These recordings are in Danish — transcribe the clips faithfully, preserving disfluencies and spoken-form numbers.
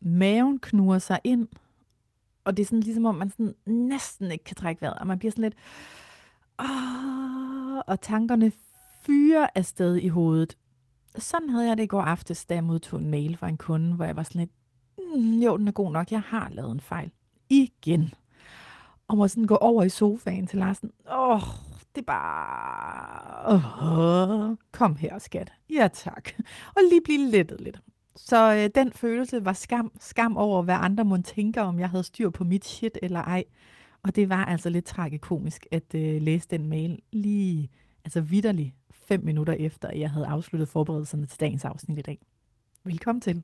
maven knurrer sig ind, og det er sådan ligesom om, man sådan næsten ikke kan trække vejret, og man bliver sådan lidt, åh, og tankerne fyrer afsted i hovedet. Sådan havde jeg det i går aftes, da jeg modtog en mail fra en kunde, hvor jeg var sådan lidt, mm, jo, den er god nok, jeg har lavet en fejl. Igen. Og må sådan gå over i sofaen til Larsen. Åh, oh, det er bare... Oh, kom her, skat. Ja, tak. Og lige blive lettet lidt. Så øh, den følelse var skam. Skam over, hvad andre måtte tænke, om jeg havde styr på mit shit eller ej. Og det var altså lidt tragikomisk at øh, læse den mail lige, altså vitterligt fem minutter efter, at jeg havde afsluttet forberedelserne til dagens afsnit i dag. Velkommen til.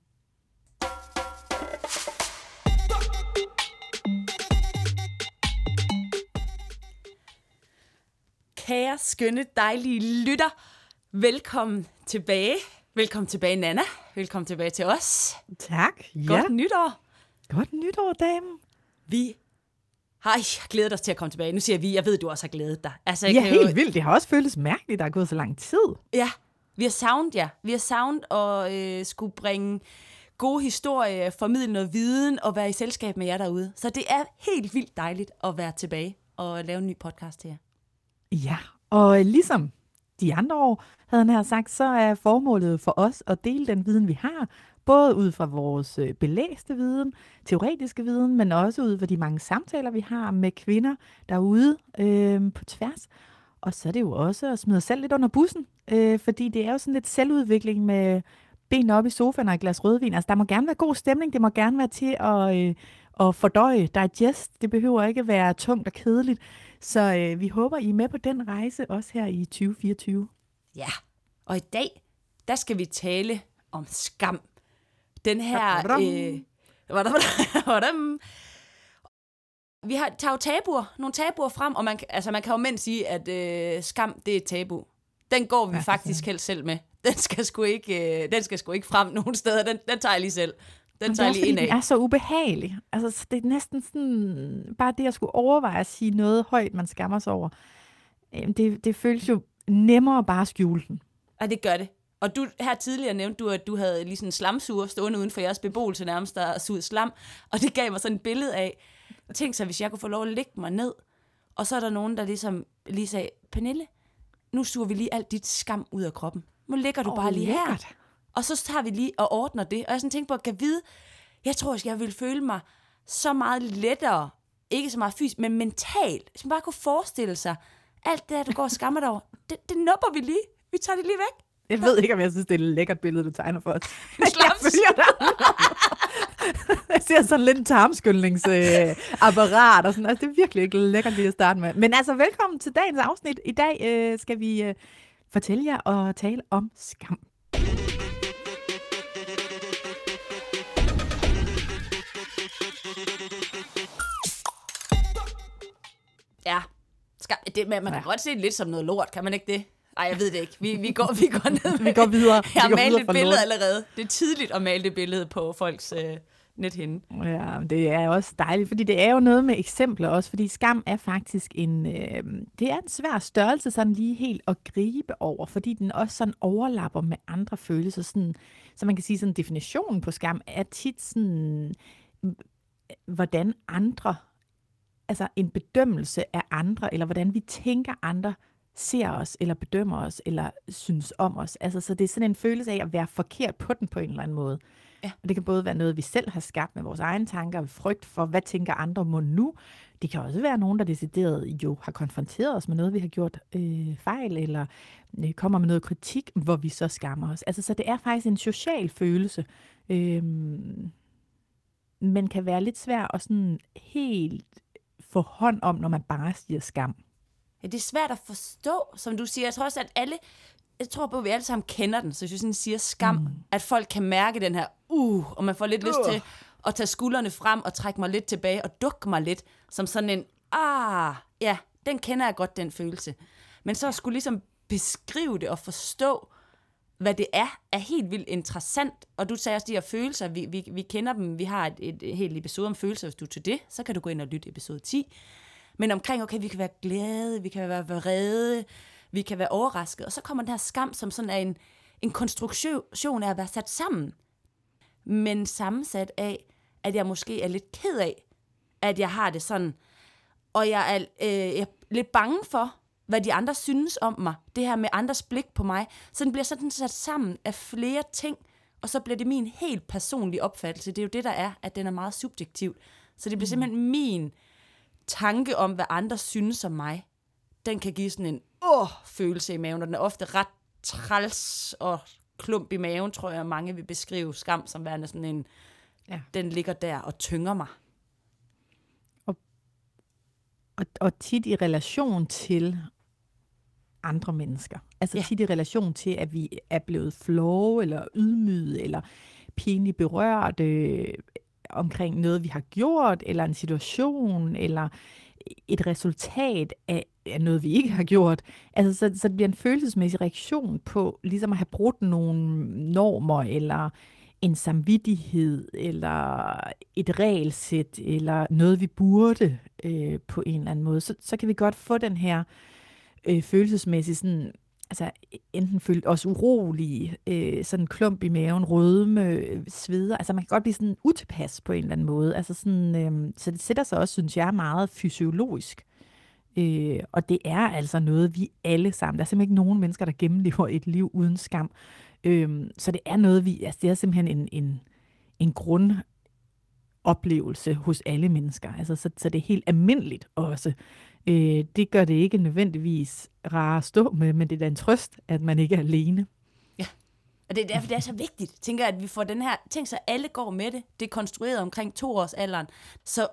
Kære, skønne, dejlige lytter. Velkommen tilbage. Velkommen tilbage, Nana. Velkommen tilbage til os. Tak. Ja. Godt nytår. Godt nytår, damen. Vi har glædet os til at komme tilbage. Nu siger jeg vi. Jeg ved, du også har glædet dig. Altså, jeg ja, kan helt jo... vildt. Det har også føltes mærkeligt, der er gået så lang tid. Ja, vi har savnet jer. Vi har savnet at øh, skulle bringe gode historier, formidle noget viden og være i selskab med jer derude. Så det er helt vildt dejligt at være tilbage og lave en ny podcast til jer. Ja, og ligesom de andre år, havde han her sagt, så er formålet for os at dele den viden, vi har, både ud fra vores belæste viden, teoretiske viden, men også ud fra de mange samtaler, vi har med kvinder derude øh, på tværs. Og så er det jo også at smide os selv lidt under bussen, øh, fordi det er jo sådan lidt selvudvikling med benene op i sofaen og et glas rødvin. Altså, der må gerne være god stemning, det må gerne være til at, øh, at fordøje, digest. Det behøver ikke være tungt og kedeligt. Så øh, vi håber, I er med på den rejse, også her i tyve fireogtyve. Ja, og i dag, der skal vi tale om skam. Den her... Øh, hvordan? Vi har, tager jo tabuer, nogle tabuer frem, og man, altså man kan jo mænd sige, at øh, skam, det er et tabu. Den går vi ja, faktisk helt selv med. Den skal sgu ikke, øh, den skal sgu ikke frem nogen steder. Den, den tager jeg lige selv. Den tager jeg lige ind af. Den er så ubehagelig. Altså, det er næsten sådan, bare det at skulle overveje at sige noget højt, man skammer sig over. Det, det føles jo nemmere bare at skjule den. Ja, det gør det. Og du her tidligere nævnte du, at du havde lige sådan en slamsuger stående uden for jeres beboelse nærmest, der sugede slam. Og det gav mig sådan et billede af, tænk så, hvis jeg kunne få lov at lægge mig ned, og så er der nogen, der ligesom lige sagde, Pernille, nu suger vi lige alt dit skam ud af kroppen. Nu ligger du oh, bare lige lækkert. Her. Og så tager vi lige og ordner det. Og jeg sådan tænkte på, at kan vide, jeg tror, at jeg ville føle mig så meget lettere, ikke så meget fysisk, men mentalt. Hvis man bare kunne forestille sig, alt det, du går og skammer dig over, det, det nupper vi lige. Vi tager det lige væk. Jeg ved ikke, om jeg synes, det er et lækkert billede, du tegner for os. Jeg følger dig. Jeg ser sådan lidt en tarmskyldningsapparat, og sådan. Altså, det er virkelig ikke lækkert lige at starte med. Men altså, velkommen til dagens afsnit. I dag øh, skal vi øh, fortælle jer og tale om skam. Ja, skam, det, man kan ja. godt se det lidt som noget lort, kan man ikke det? Nej, jeg ved det ikke. Vi, vi, går, vi går ned med... vi går videre. Jeg har malet et billede lort. Allerede. Det er tidligt at male det billede på folks øh, nethinde. Ja, det er også dejligt, fordi det er jo noget med eksempler også, fordi skam er faktisk en... Øh, det er en svær størrelse sådan lige helt at gribe over, fordi den også sådan overlapper med andre følelser. Sådan, så man kan sige, sådan definitionen på skam er tit sådan, hvordan andre... altså en bedømmelse af andre, eller hvordan vi tænker andre ser os, eller bedømmer os, eller synes om os. Altså, så det er sådan en følelse af at være forkert på den på en eller anden måde. Ja. Og det kan både være noget, vi selv har skabt med vores egne tanker, frygt for, hvad tænker andre må nu. Det kan også være nogen, der decideret jo har konfronteret os med noget, vi har gjort øh, fejl, eller øh, kommer med noget kritik, hvor vi så skammer os. Altså, så det er faktisk en social følelse, øh, men kan være lidt svær at sådan helt få hånd om, når man bare siger skam. Ja, det er svært at forstå, som du siger. Jeg tror også, at alle, jeg tror på, at vi alle sammen kender den, så hvis vi sådan siger skam, mm. at folk kan mærke den her, uh, og man får lidt uh. lyst til at tage skuldrene frem og trække mig lidt tilbage og dukke mig lidt, som sådan en, ah, ja, den kender jeg godt, den følelse. Men så skulle ligesom beskrive det og forstå, hvad det er, er helt vildt interessant. Og du sagde også de her følelser, vi, vi, vi kender dem, vi har et, et, et helt episode om følelser, hvis du er til det, så kan du gå ind og lytte episode ti. Men omkring, okay, vi kan være glade, vi kan være vrede, vi kan være overrasket, og så kommer den her skam, som sådan er en, en konstruktion af at være sat sammen. men sammensat af, at jeg måske er lidt ked af, at jeg har det sådan, og jeg er, øh, jeg er lidt bange for, hvad de andre synes om mig, det her med andres blik på mig, så den bliver sådan sat sammen af flere ting, og så bliver det min helt personlige opfattelse. Det er jo det, der er, at den er meget subjektiv. Så det bliver mm. simpelthen min tanke om, hvad andre synes om mig. Den kan give sådan en åh følelse i maven, og den er ofte ret træls og klump i maven, tror jeg, mange vil beskrive skam som værende sådan en, ja. Den ligger der og tynger mig. Og, og, og tit i relation til andre mennesker. Altså ja. tit i relation til, at vi er blevet flove, eller ydmyget, eller pinligt berørt øh, omkring noget, vi har gjort, eller en situation, eller et resultat af, af noget, vi ikke har gjort. Altså, så, så det bliver en følelsesmæssig reaktion på ligesom at have brudt nogle normer, eller en samvittighed, eller et regelsæt, eller noget, vi burde øh, på en eller anden måde. Så, så kan vi godt få den her øh, følelsesmæssige, sådan, altså enten følt os urolige, øh, sådan klump i maven, rødme, sveder. Altså man kan godt blive sådan utilpas på en eller anden måde. Altså sådan, øh, så det sætter sig også, synes jeg, meget fysiologisk. Øh, og det er altså noget, vi alle sammen, der er simpelthen ikke nogen mennesker, der gennemlever et liv uden skam. Øh, så det er noget, vi, altså det er simpelthen en, en, en grundoplevelse hos alle mennesker. Altså, så, så det er helt almindeligt også. Øh, det gør det ikke nødvendigvis rart at stå med, men det er da en trøst, at man ikke er alene. Ja, og det er derfor, det er så vigtigt, tænker jeg, at vi får den her ting, så alle går med det. Det er konstrueret omkring to års alderen. Så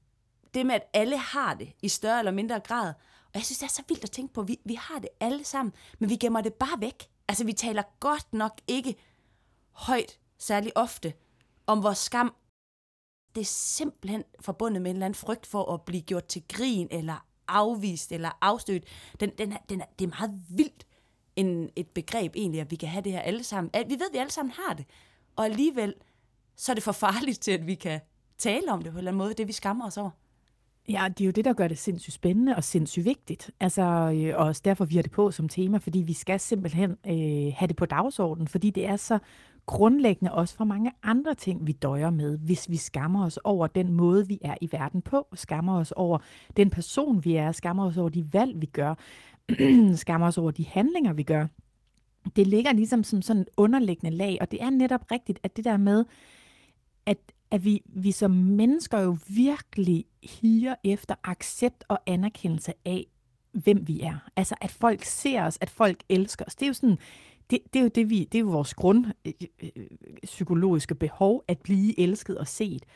det med, at alle har det i større eller mindre grad. Og jeg synes, det er så vildt at tænke på, vi, vi har det alle sammen, men vi gemmer det bare væk. Altså, vi taler godt nok ikke højt, særlig ofte, om vores skam. Det er simpelthen forbundet med en eller anden frygt for at blive gjort til grin, eller afvist, eller afstødt. Den, den, den, det er meget vildt en, et begreb egentlig, at vi kan have det her alle sammen. Vi ved, at vi alle sammen har det. Og alligevel, så er det for farligt til, at vi kan tale om det på en eller anden måde, det vi skammer os over. Ja, det er jo det, der gør det sindssygt spændende og sindssygt vigtigt. Altså, øh, og også derfor vi har det på som tema, fordi vi skal simpelthen øh, have det på dagsordenen, fordi det er så grundlæggende også for mange andre ting, vi døjer med, hvis vi skammer os over den måde, vi er i verden på, skammer os over den person, vi er, skammer os over de valg, vi gør, skammer os over de handlinger, vi gør. Det ligger ligesom som sådan et underliggende lag, og det er netop rigtigt, at det der med, at at vi, vi som mennesker jo virkelig higer efter accept og anerkendelse af, hvem vi er. Altså, at folk ser os, at folk elsker os. Det er jo sådan, det, det er jo det, vi, det er jo vores grund øh, øh, psykologiske behov, at blive elsket og set.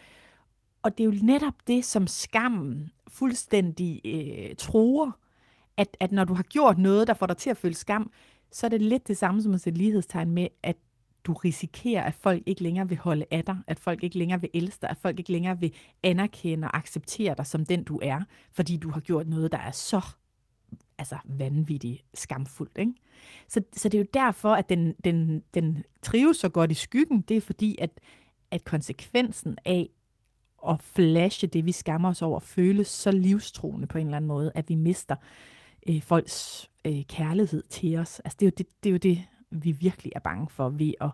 Og det er jo netop det, som skammen fuldstændig øh, truer, at, at når du har gjort noget, der får dig til at føle skam, så er det lidt det samme som at sætte lighedstegn med, at du risikerer, at folk ikke længere vil holde af dig, at folk ikke længere vil elske dig, at folk ikke længere vil anerkende og acceptere dig som den, du er, fordi du har gjort noget, der er så altså, vanvittigt skamfuldt. Ikke? Så, så det er jo derfor, at den, den, den trives så godt i skyggen. Det er fordi, at, at konsekvensen af at flashe det, vi skammer os over, føles så livstruende på en eller anden måde, at vi mister øh, folks øh, kærlighed til os. Altså, det er jo det, det, er jo det vi virkelig er bange for ved at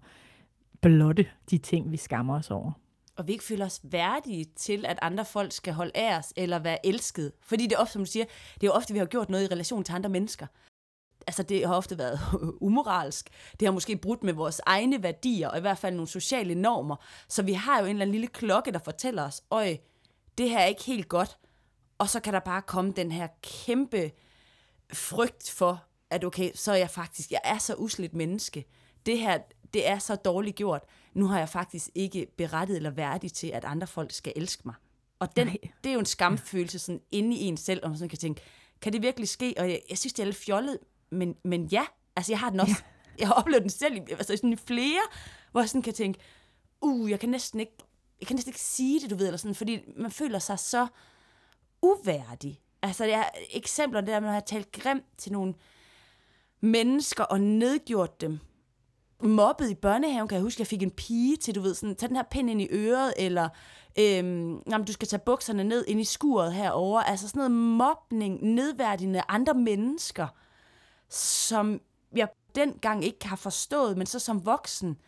blotte de ting, vi skammer os over. Og vi ikke føler os værdige til, at andre folk skal holde af os eller være elsket. Fordi det er ofte, som du siger, det er jo ofte, vi har gjort noget i relation til andre mennesker. Altså det har ofte været umoralsk. Det har måske brudt med vores egne værdier, og i hvert fald nogle sociale normer. Så vi har jo en eller anden lille klokke, der fortæller os, øj, det her er ikke helt godt. Og så kan der bare komme den her kæmpe frygt for, at okay, så er jeg faktisk, jeg er så uslet menneske. Det her, det er så dårligt gjort. Nu har jeg faktisk ikke berettiget eller værdig til, at andre folk skal elske mig. Og den, det er jo en skamfølelse sådan inde i en selv, og man sådan kan tænke, kan det virkelig ske? Og jeg, jeg synes, det er lidt fjollet, men, men ja, altså jeg har den også, ja. Jeg har oplevet den selv, altså sådan i flere, hvor jeg sådan kan tænke, uh, jeg kan næsten ikke, jeg kan næsten ikke sige det, du ved, eller sådan, fordi man føler sig så uværdig. Altså jeg har eksempler der, når jeg har talt grimt til nogle mennesker og nedgjort dem. Mobbet i børnehaven, kan jeg huske, jeg fik en pige til, du ved, sådan, tag den her pind ind i øret, eller øhm, jamen, du skal tage bukserne ned ind i skuret herovre. Altså sådan noget mobning, nedværdigende andre mennesker, som jeg dengang ikke har forstået, men så som voksen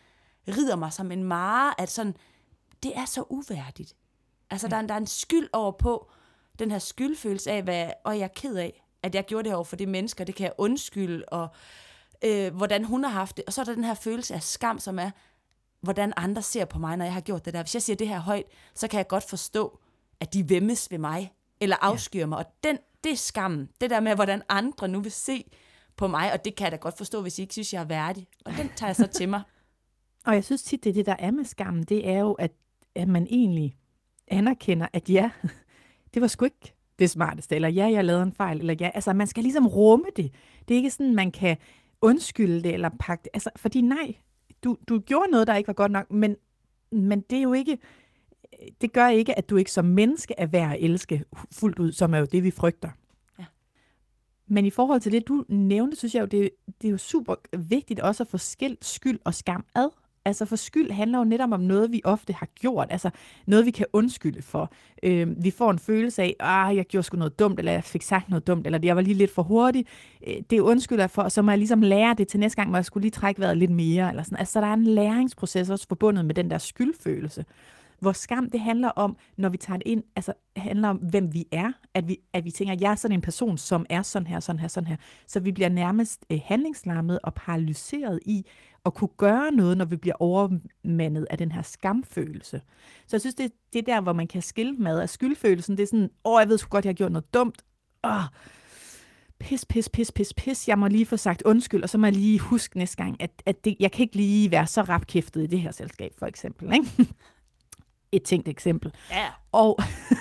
rider mig som en mare, at sådan, det er så uværdigt. Altså, ja. der, er, der er en skyld over på, den her skyldfølelse af, hvad, og jeg er ked af, at jeg gjorde det over for det mennesker, det kan jeg undskylde, og øh, hvordan hun har haft det. Og så er der den her følelse af skam, som er, hvordan andre ser på mig, når jeg har gjort det der. Hvis jeg siger det her højt, så kan jeg godt forstå, at de væmmes ved mig, eller afskyr mig. Og den, det er skammen. Det der med, hvordan andre nu vil se på mig, og det kan jeg da godt forstå, hvis I ikke synes, jeg er værdig. Og den tager jeg så til mig. Og jeg synes tit, det er det, der er med skammen, det er jo, at, at man egentlig anerkender, at ja, det var sgu ikke det smarteste, eller ja, jeg lavede en fejl, eller ja, altså man skal ligesom rumme det. Det er ikke sådan, man kan undskylde det, eller pakke det. Altså, fordi nej, du, du gjorde noget, der ikke var godt nok, men, men det er jo ikke, det gør ikke, at du ikke som menneske er værd at elske fuldt ud, som er jo det, vi frygter. Ja. Men i forhold til det, du nævnte, synes jeg jo, det, det er jo super vigtigt også at få skilt skyld og skam ad. Altså for skyld handler jo netop om noget, vi ofte har gjort, altså noget, vi kan undskylde for. Øh, vi får en følelse af, at jeg gjorde sgu noget dumt, eller jeg fik sagt noget dumt, eller jeg var lige lidt for hurtig. Øh, det undskylder jeg for, og så må jeg ligesom lære det til næste gang, hvor jeg skulle lige trække vejret lidt mere. Eller sådan. Altså så der er en læringsproces også forbundet med den der skyldfølelse. Hvor skam, det handler om, når vi tager det ind, altså handler om, hvem vi er, at vi, at vi tænker, at jeg er sådan en person, som er sådan her, sådan her, sådan her. Så vi bliver nærmest øh, handlingslammet og paralyseret i at kunne gøre noget, når vi bliver overmandet af den her skamfølelse. Så jeg synes, det, det er der, hvor man kan skille med af skyldfølelsen. Det er sådan, åh, jeg ved sgu godt, jeg har gjort noget dumt. Åh, pis, pis, pis, pis, pis. Jeg må lige få sagt undskyld, og så må jeg lige huske næste gang, at, at det, jeg kan ikke lige være så rapkæftet i det her selskab, for eksempel, ikke? Et tænkt eksempel. Ja. Og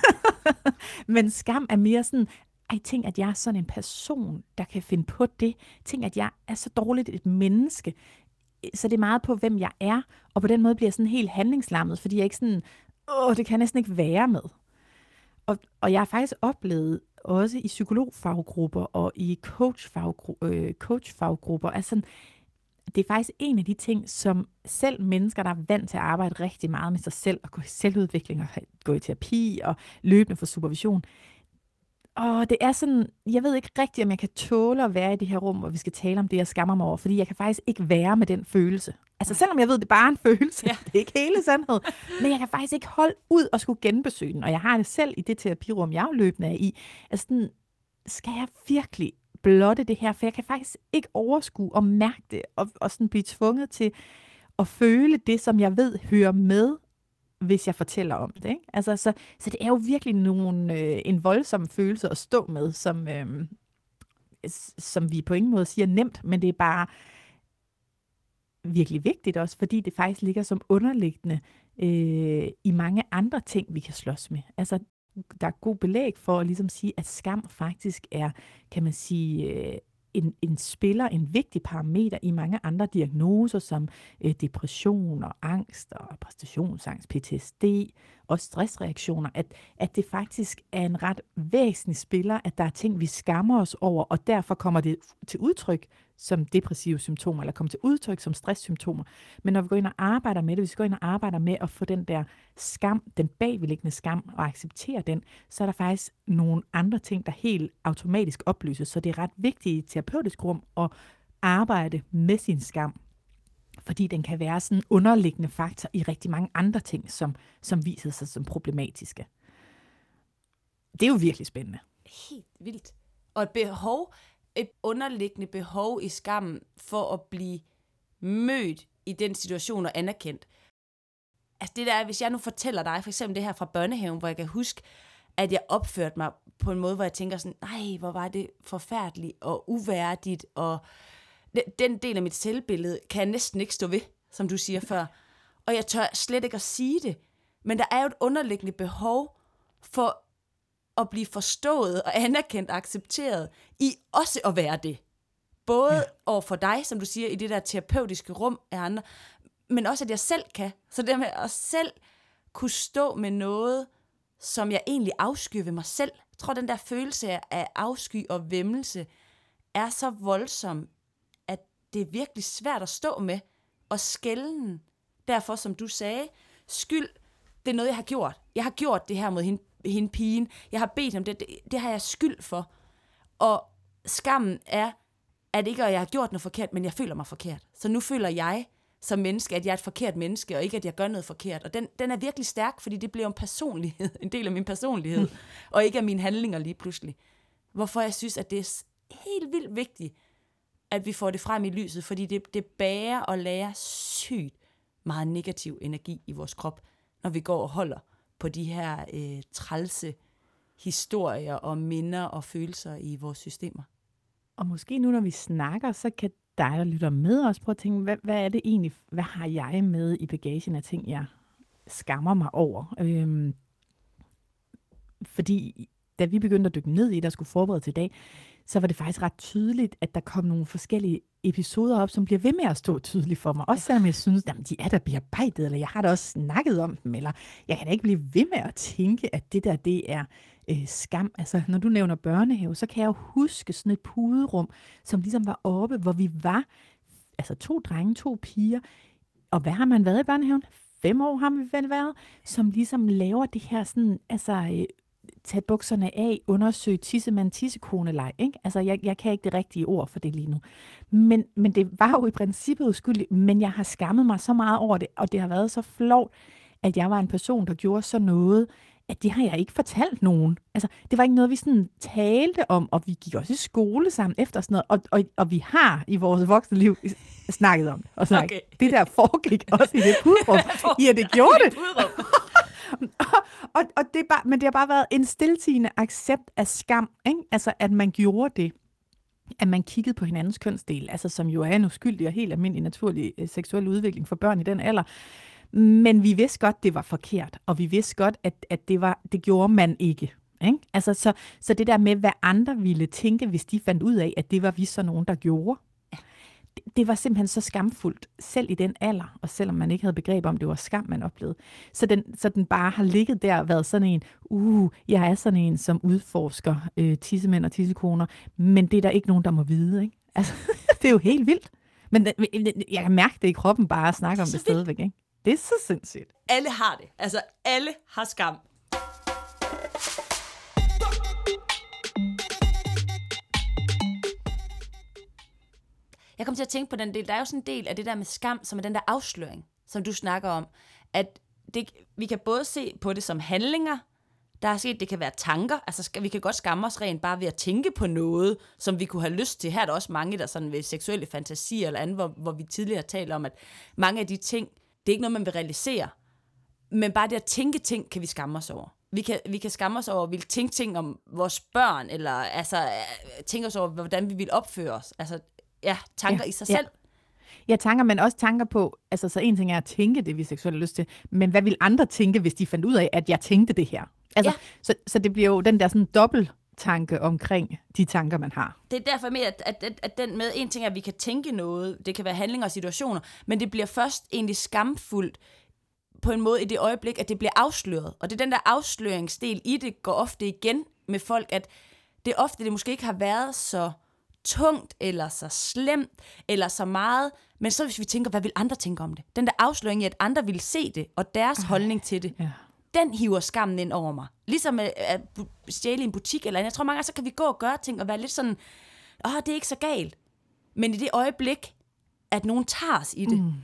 men skam er mere sådan, ej, tænk, at jeg er sådan en person, der kan finde på det. Tænk, at jeg er så dårligt et menneske. Så det er meget på, hvem jeg er, og på den måde bliver jeg sådan helt handlingslammet, fordi jeg ikke sådan, åh, det kan jeg næsten ikke være med. Og, og jeg har faktisk oplevet, også i psykologfaggrupper og i coachfaggrupper, øh, coachfaggrupper, altså det er faktisk en af de ting, som selv mennesker, der er vant til at arbejde rigtig meget med sig selv, og gå i selvudvikling, og gå i terapi, og løbende få supervision. Og det er sådan, jeg ved ikke rigtigt, om jeg kan tåle at være i det her rum, hvor vi skal tale om det, jeg skammer mig over, fordi jeg kan faktisk ikke være med den følelse. Altså selvom jeg ved, det er bare en følelse, ja. Det er ikke hele sandhed, men jeg kan faktisk ikke holde ud og skulle genbesøge den, og jeg har det selv i det terapirum, jeg er løbende af i. Altså sådan, skal jeg virkelig blotte det her, for jeg kan faktisk ikke overskue og mærke det, og, og sådan blive tvunget til at føle det, som jeg ved hører med, hvis jeg fortæller om det. Ikke? Altså, så, så det er jo virkelig nogle, øh, en voldsom følelse at stå med, som, øh, som vi på ingen måde siger nemt, men det er bare virkelig vigtigt også, fordi det faktisk ligger som underliggende øh, i mange andre ting, vi kan slås med. Altså, der er god belæg for at ligesom sige, at skam faktisk er, kan man sige, øh, en, en spiller, en vigtig parameter i mange andre diagnoser, som øh, depression og angst og præstationsangst, P T S D og stressreaktioner, at, at det faktisk er en ret væsentlig spiller, at der er ting, vi skammer os over, og derfor kommer det til udtryk som depressive symptomer, eller kommer til udtryk som stresssymptomer. Men når vi går ind og arbejder med det, hvis vi går ind og arbejder med at få den der skam, den bagvedliggende skam, og acceptere den, så er der faktisk nogle andre ting, der helt automatisk opløses. Så det er ret vigtigt i et terapeutisk rum at arbejde med sin skam, fordi den kan være sådan en underliggende faktor i rigtig mange andre ting, som, som viser sig som problematiske. Det er jo virkelig spændende. Helt vildt. Og et behov, et underliggende behov i skammen for at blive mødt i den situation og anerkendt. Altså det der er, hvis jeg nu fortæller dig, for eksempel det her fra børnehaven, hvor jeg kan huske, at jeg opførte mig på en måde, hvor jeg tænker sådan, nej, hvor var det forfærdeligt og uværdigt, og den del af mit selvbillede kan jeg næsten ikke stå ved, som du siger før. Og jeg tør slet ikke at sige det. Men der er jo et underliggende behov for at blive forstået og anerkendt og accepteret i også at være det. Både ja. Over for dig, som du siger, i det der terapeutiske rum af andre, men også at jeg selv kan. Så det med at selv kunne stå med noget, som jeg egentlig afskyr ved mig selv. Jeg tror, den der følelse af afsky og væmmelse er så voldsom, at det er virkelig svært at stå med og skelne. Derfor, som du sagde, skyld, det er noget, jeg har gjort. Jeg har gjort det her mod hende, hende pigen. Jeg har bedt om det. det. Det har jeg skyld for. Og skammen er, at ikke at jeg har gjort noget forkert, men jeg føler mig forkert. Så nu føler jeg som menneske, at jeg er et forkert menneske, og ikke at jeg gør noget forkert. Og den, den er virkelig stærk, fordi det bliver en personlighed, en del af min personlighed, mm. og ikke af mine handlinger lige pludselig. Hvorfor jeg synes, at det er helt vildt vigtigt, at vi får det frem i lyset, fordi det, det bærer og lærer sygt meget negativ energi i vores krop, når vi går og holder på de her øh, trælse historier og minder og følelser i vores systemer. Og måske nu, når vi snakker, så kan dig, der lytter med os, prøve at tænke, hvad, hvad er det egentlig, hvad har jeg med i bagagen af ting, jeg skammer mig over? Øhm, fordi da vi begyndte at dykke ned i, der skulle forberede til i dag, så var det faktisk ret tydeligt, at der kom nogle forskellige episoder op, som bliver ved med at stå tydeligt for mig. Også selvom jeg synes, at de er der bearbejdet, eller jeg har da også snakket om dem, eller jeg kan da ikke blive ved med at tænke, at det der, det er øh, skam. Altså, når du nævner børnehave, så kan jeg jo huske sådan et puderum, som ligesom var oppe, hvor vi var, altså to drenge, to piger, og hvad har man været i børnehaven? Fem år har vi vel været, som ligesom laver det her sådan, altså... Øh, tage bukserne af, undersøge tissemand, tissekone-leg, ikke? Altså, jeg, jeg kan ikke det rigtige ord for det lige nu. Men, men det var jo i princippet uskyldigt, men jeg har skammet mig så meget over det, og det har været så flovt, at jeg var en person, der gjorde så noget, at det har jeg ikke fortalt nogen. Altså, det var ikke noget, vi sådan talte om, og vi gik også i skole sammen efter sådan noget, og, og, og vi har i vores voksne liv snakket om det. Og sagt, okay. Det der foregik også i det puderum. Ja, det gjorde det. og, og, og det er bare, men det har bare været en stiltigende accept af skam, ikke? Altså, at man gjorde det. At man kiggede på hinandens kønsdel, altså som jo er en uskyldig og helt almindelig naturlig øh, seksuel udvikling for børn i den alder. Men vi vidste godt, det var forkert, og vi vidste godt, at, at det, var, det gjorde man ikke. Ikke? Altså, så, så det der med, hvad andre ville tænke, hvis de fandt ud af, at det var vi så nogen, der gjorde, det, det var simpelthen så skamfuldt, selv i den alder, og selvom man ikke havde begreb om, det var skam, man oplevede. Så den, så den bare har ligget der og været sådan en, uh, jeg er sådan en, som udforsker øh, tissemænd og tissekoner, men det er der ikke nogen, der må vide. Ikke? Altså, det er jo helt vildt. Men jeg kan mærke det i kroppen bare at snakke om det stadigvæk, ikke? Det er så sindssygt. Alle har det. Altså, alle har skam. Jeg kom til at tænke på den del. Der er jo sådan en del af det der med skam, som er den der afsløring, som du snakker om. At det, vi kan både se på det som handlinger, der er sket, det kan være tanker. Altså, skal, vi kan godt skamme os rent bare ved at tænke på noget, som vi kunne have lyst til. Her er der også mange, der sådan ved seksuelle fantasier eller andet, hvor, hvor vi tidligere har talt om, at mange af de ting, det er ikke noget, man vil realisere. Men bare det at tænke ting, kan vi skamme os over. Vi kan, vi kan skamme os over, at vi vil tænke ting om vores børn, eller altså, tænke os over, hvordan vi vil opføre os. Altså, ja, tanker ja, i sig ja. selv. Ja, tanker, men også tanker på, altså så en ting er at tænke det, vi seksuelt har lyst til, men hvad vil andre tænke, hvis de fandt ud af, at jeg tænkte det her? Altså, ja. så, så det bliver jo den der sådan dobbelt tanke omkring de tanker, man har. Det er derfor med, at, at, at, at den med, en ting er, at vi kan tænke noget, det kan være handlinger og situationer, men det bliver først egentlig skamfuldt på en måde i det øjeblik, at det bliver afsløret. Og det er den der afsløringsdel i det, går ofte igen med folk, at det ofte, det måske ikke har været så tungt, eller så slemt, eller så meget, men så hvis vi tænker, hvad vil andre tænke om det? Den der afsløring i, at andre vil se det, og deres Ej, holdning til det, ja. Den hiver skammen ind over mig. Ligesom at, at stjæle i en butik eller andet. Jeg tror mange gange, så kan vi gå og gøre ting og være lidt sådan, åh, det er ikke så galt. Men i det øjeblik, at nogen tager os i det, mm.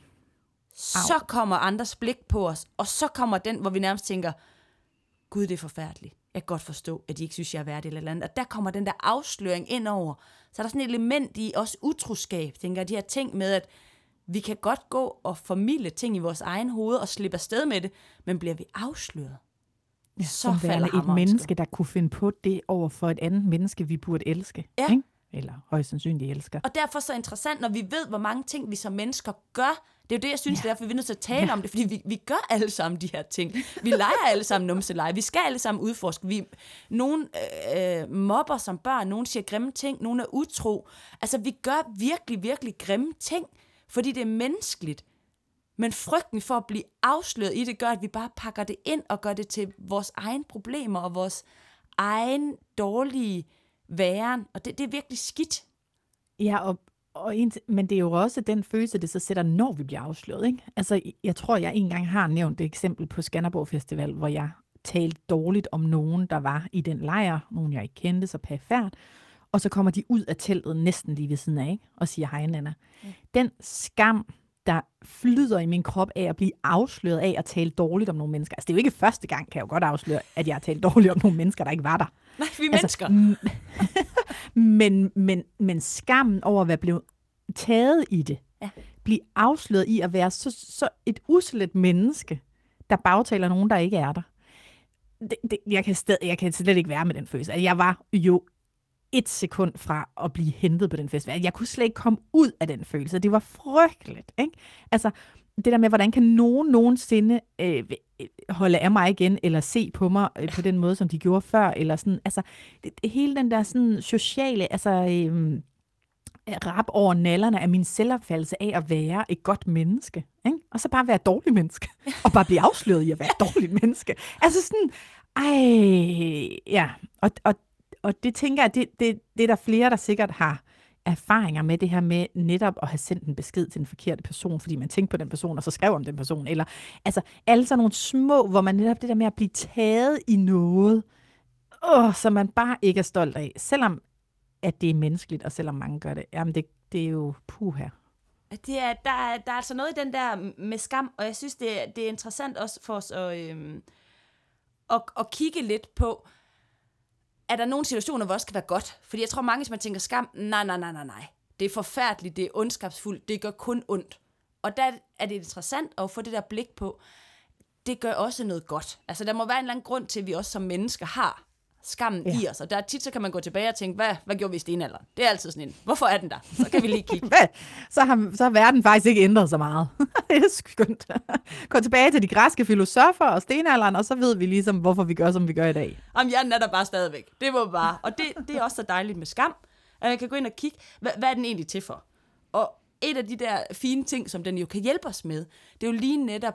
så kommer andres blik på os, og så kommer den, hvor vi nærmest tænker, gud, det er forfærdeligt. Jeg kan godt forstå, at de ikke synes, jeg er værdig eller, eller andet. Og der kommer den der afsløring ind over. Så er der sådan et element i også utroskab, tænker jeg, de her ting med, at vi kan godt gå og formidle ting i vores egen hoved og slippe afsted med det, men bliver vi afsløret, ja, så falder et menneske, der kunne finde på det over for et andet menneske, vi burde elske. Ja. Ikke? Eller højst sandsynligt elsker. Og derfor så interessant, når vi ved, hvor mange ting vi som mennesker gør. Det er jo det, jeg synes, ja. Det er derfor, vi er nødt til at tale ja. om det, fordi vi, vi gør alle sammen de her ting. Vi leger alle sammen numseleje. Vi skal alle sammen udforske. Vi, nogen øh, mobber som børn, nogen siger grimme ting, nogen er utro. Altså, vi gør virkelig, virkelig grimme ting, fordi det er menneskeligt. Men frygten for at blive afsløret i det, gør, at vi bare pakker det ind og gør det til vores egne problemer og vores egen dårlige væren. Og det, det er virkelig skidt. Ja, og, og en, men det er jo også den følelse, det så sætter, når vi bliver afsløret. Ikke? Altså, jeg tror, jeg engang har nævnt det eksempel på Skanderborg Festival, hvor jeg talte dårligt om nogen, der var i den lejr, nogen jeg ikke kendte, så perifært. Og så kommer de ud af teltet næsten lige ved siden af, ikke? Og siger hej, Nana. Ja. Den skam, der flyder i min krop af at blive afsløret af at tale dårligt om nogle mennesker. Altså, det er jo ikke første gang, kan jeg jo godt afsløre, at jeg har talt dårligt om nogle mennesker, der ikke var der. Nej, vi er altså, mennesker. men, men, men skammen over at være blevet taget i det, ja. blive afsløret i at være så, så et uslet menneske, der bagtaler nogen, der ikke er der. Det, det, jeg, kan sted, jeg kan slet ikke være med den følelse. Altså, jeg var jo et sekund fra at blive hentet på den festival. Jeg kunne slet ikke komme ud af den følelse. Det var frygteligt, ikke? Altså, det der med, hvordan kan nogen nogensinde øh, holde af mig igen, eller se på mig øh, på den måde, som de gjorde før, eller sådan, altså, det, hele den der sådan sociale, altså, øh, rap over nallerne af min selvopfattelse af at være et godt menneske, ikke? Og så bare være et dårligt menneske, og bare blive afsløret i at være et dårligt menneske. Altså sådan, ej, ja, og, og Og det tænker jeg, det, det, det er der flere, der sikkert har erfaringer med det her med netop at have sendt en besked til den forkerte person, fordi man tænkte på den person, og så skrev om den person. Eller altså alle sådan nogle små, hvor man netop det der med at blive taget i noget, åh, som man bare ikke er stolt af. Selvom at det er menneskeligt, og selvom mange gør det. Jamen det, det er jo puha. Det er, der, er, der er altså noget i den der med skam, og jeg synes, det er, det er interessant også for os at, øhm, at, at kigge lidt på, er der nogle situationer, hvor det skal være godt? Fordi jeg tror, mange, hvis man tænker skam, nej, nej, nej, nej, nej. Det er forfærdeligt, det er ondskabsfuldt, det gør kun ondt. Og der er det interessant at få det der blik på, det gør også noget godt. Altså, der må være en eller anden grund til, at vi også som mennesker har skammen ja. i os. Og der tit, så kan man gå tilbage og tænke, hvad, hvad gjorde vi i stenalderen? Det er altid sådan en, hvorfor er den der? Så kan vi lige kigge. så, har, så har verden faktisk ikke ændret så meget. Det er skønt. Gå tilbage til de græske filosofer og stenalderen, og så ved vi ligesom, hvorfor vi gør, som vi gør i dag. Jamen, hjernen er der bare stadigvæk. Det var bare. Og det, det er også så dejligt med skam. Og jeg kan gå ind og kigge, hvad, hvad er den egentlig til for? Og et af de der fine ting, som den jo kan hjælpe os med, det er jo lige netop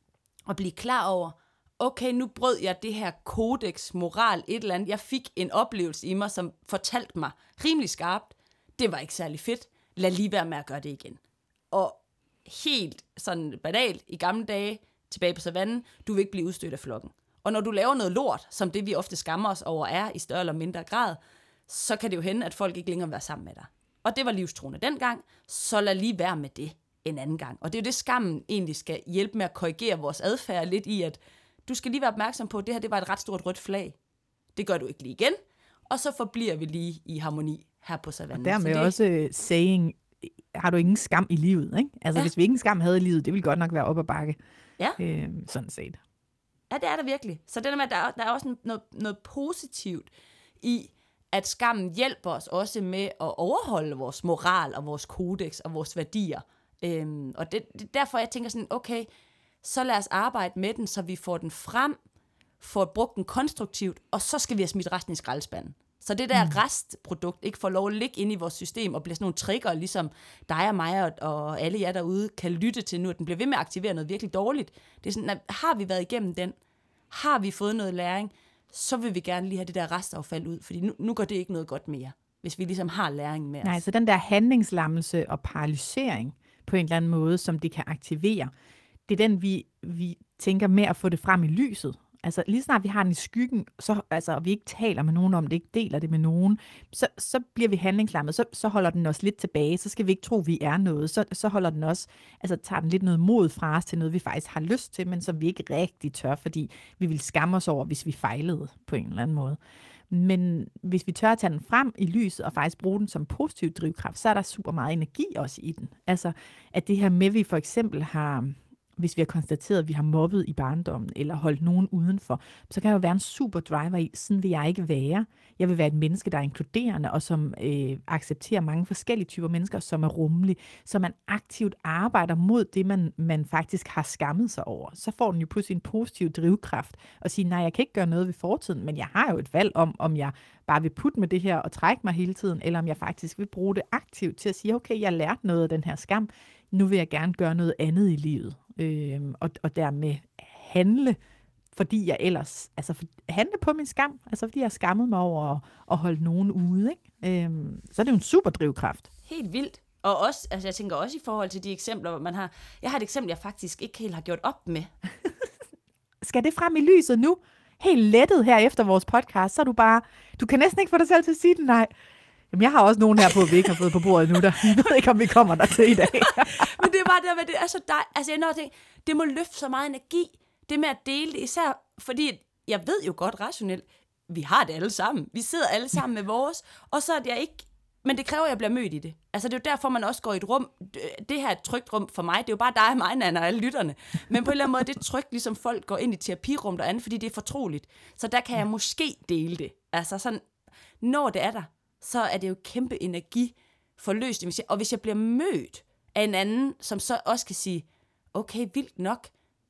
at blive klar over, okay, nu brød jeg det her kodex, moral, et eller andet. Jeg fik en oplevelse i mig, som fortalte mig rimelig skarpt, det var ikke særlig fedt. Lad lige være med at gøre det igen. Og helt sådan banalt i gamle dage, tilbage på savannen, du vil ikke blive udstødt af flokken. Og når du laver noget lort, som det vi ofte skammer os over er, i større eller mindre grad, så kan det jo hende, at folk ikke længere vil være sammen med dig. Og det var livstruende dengang, så lad lige være med det en anden gang. Og det er jo det, skammen egentlig skal hjælpe med at korrigere vores adfærd lidt i, at du skal lige være opmærksom på, at det her det var et ret stort rødt flag. Det gør du ikke lige igen, og så forbliver vi lige i harmoni her på savannen. Og dermed det også saying, har du ingen skam i livet, ikke? Altså, ja. Hvis vi ingen skam havde i livet, det ville godt nok være op ad bakke. Ja. Øh, sådan set. Ja, det er der virkelig. Så det der med, at der er, der er også noget, noget positivt i, at skammen hjælper os også med at overholde vores moral og vores kodex og vores værdier. Øhm, og det, det derfor, jeg tænker sådan, okay, så lad os arbejde med den, så vi får den frem, får brugt den konstruktivt, og så skal vi have smidt resten i skraldespanden. Så det der mm. restprodukt ikke får lov at ligge inde i vores system og bliver sådan nogle trigger, ligesom dig og mig og, og alle jer derude kan lytte til nu, at den bliver ved med at aktivere noget virkelig dårligt. Det er sådan, at har vi været igennem den, har vi fået noget læring, så vil vi gerne lige have det der restaffald ud, fordi nu, nu går det ikke noget godt mere, hvis vi ligesom har læring med os. Nej, så den der handlingslammelse og paralysering på en eller anden måde, som det kan aktivere, det er den, vi, vi tænker med at få det frem i lyset. Altså lige snart vi har den i skyggen, så, altså, og vi ikke taler med nogen om det, ikke deler det med nogen, så, så bliver vi handlingslammet, så, så holder den os lidt tilbage, så skal vi ikke tro, vi er noget, så, så holder den også, altså tager den lidt noget mod fra os til noget, vi faktisk har lyst til, men som vi ikke rigtig tør, fordi vi vil skamme os over, hvis vi fejlede på en eller anden måde. Men hvis vi tør at tage den frem i lyset og faktisk bruge den som positiv drivkraft, så er der super meget energi også i den. Altså at det her med, vi for eksempel har, hvis vi har konstateret, at vi har mobbet i barndommen, eller holdt nogen udenfor, så kan der jo være en super driver i, sådan vil jeg ikke være. Jeg vil være et menneske, der er inkluderende, og som øh, accepterer mange forskellige typer mennesker, som er rummelige, så man aktivt arbejder mod det, man, man faktisk har skammet sig over. Så får den jo pludselig en positiv drivkraft, og sige, nej, jeg kan ikke gøre noget ved fortiden, men jeg har jo et valg om, om jeg bare vil putte med det her og trække mig hele tiden, eller om jeg faktisk vil bruge det aktivt til at sige, okay, jeg har lært noget af den her skam, nu vil jeg gerne gøre noget andet i livet. Øh, og, og dermed handle, fordi jeg ellers, altså for, handle på min skam, altså fordi jeg har skammet mig over at, at holde nogen ude, ikke? Øh, så er det jo en super drivkraft. Helt vildt. Og også, altså jeg tænker også i forhold til de eksempler, hvor man har, jeg har et eksempel, jeg faktisk ikke helt har gjort op med. Skal det frem i lyset nu? Helt lettet her efter vores podcast, så er du bare, du kan næsten ikke få dig selv til at sige det, nej. Jamen, jeg har også nogen her på, vi ikke har fået på bordet nu, der jeg ved ikke, om vi kommer der til i dag. Men det det er bare det med, det er så dejligt. Altså, jeg når det, det må løfte så meget energi, det med at dele det, især fordi, jeg ved jo godt rationelt, vi har det alle sammen. Vi sidder alle sammen med vores, og så er det jeg ikke, men det kræver, at jeg bliver mødt i det. Altså, det er jo derfor, man også går i et rum. Det her er et trygt rum for mig. Det er jo bare dig og mig, Nanna, og alle lytterne. Men på en eller anden måde, det er trygt, ligesom folk går ind i terapirum og andet, fordi det er fortroligt. Så der kan jeg måske dele det. Altså, sådan, når det er der, så er det jo kæmpe energi forløsning. Og hvis jeg bliver mødt af en anden, som så også kan sige, okay, vildt nok,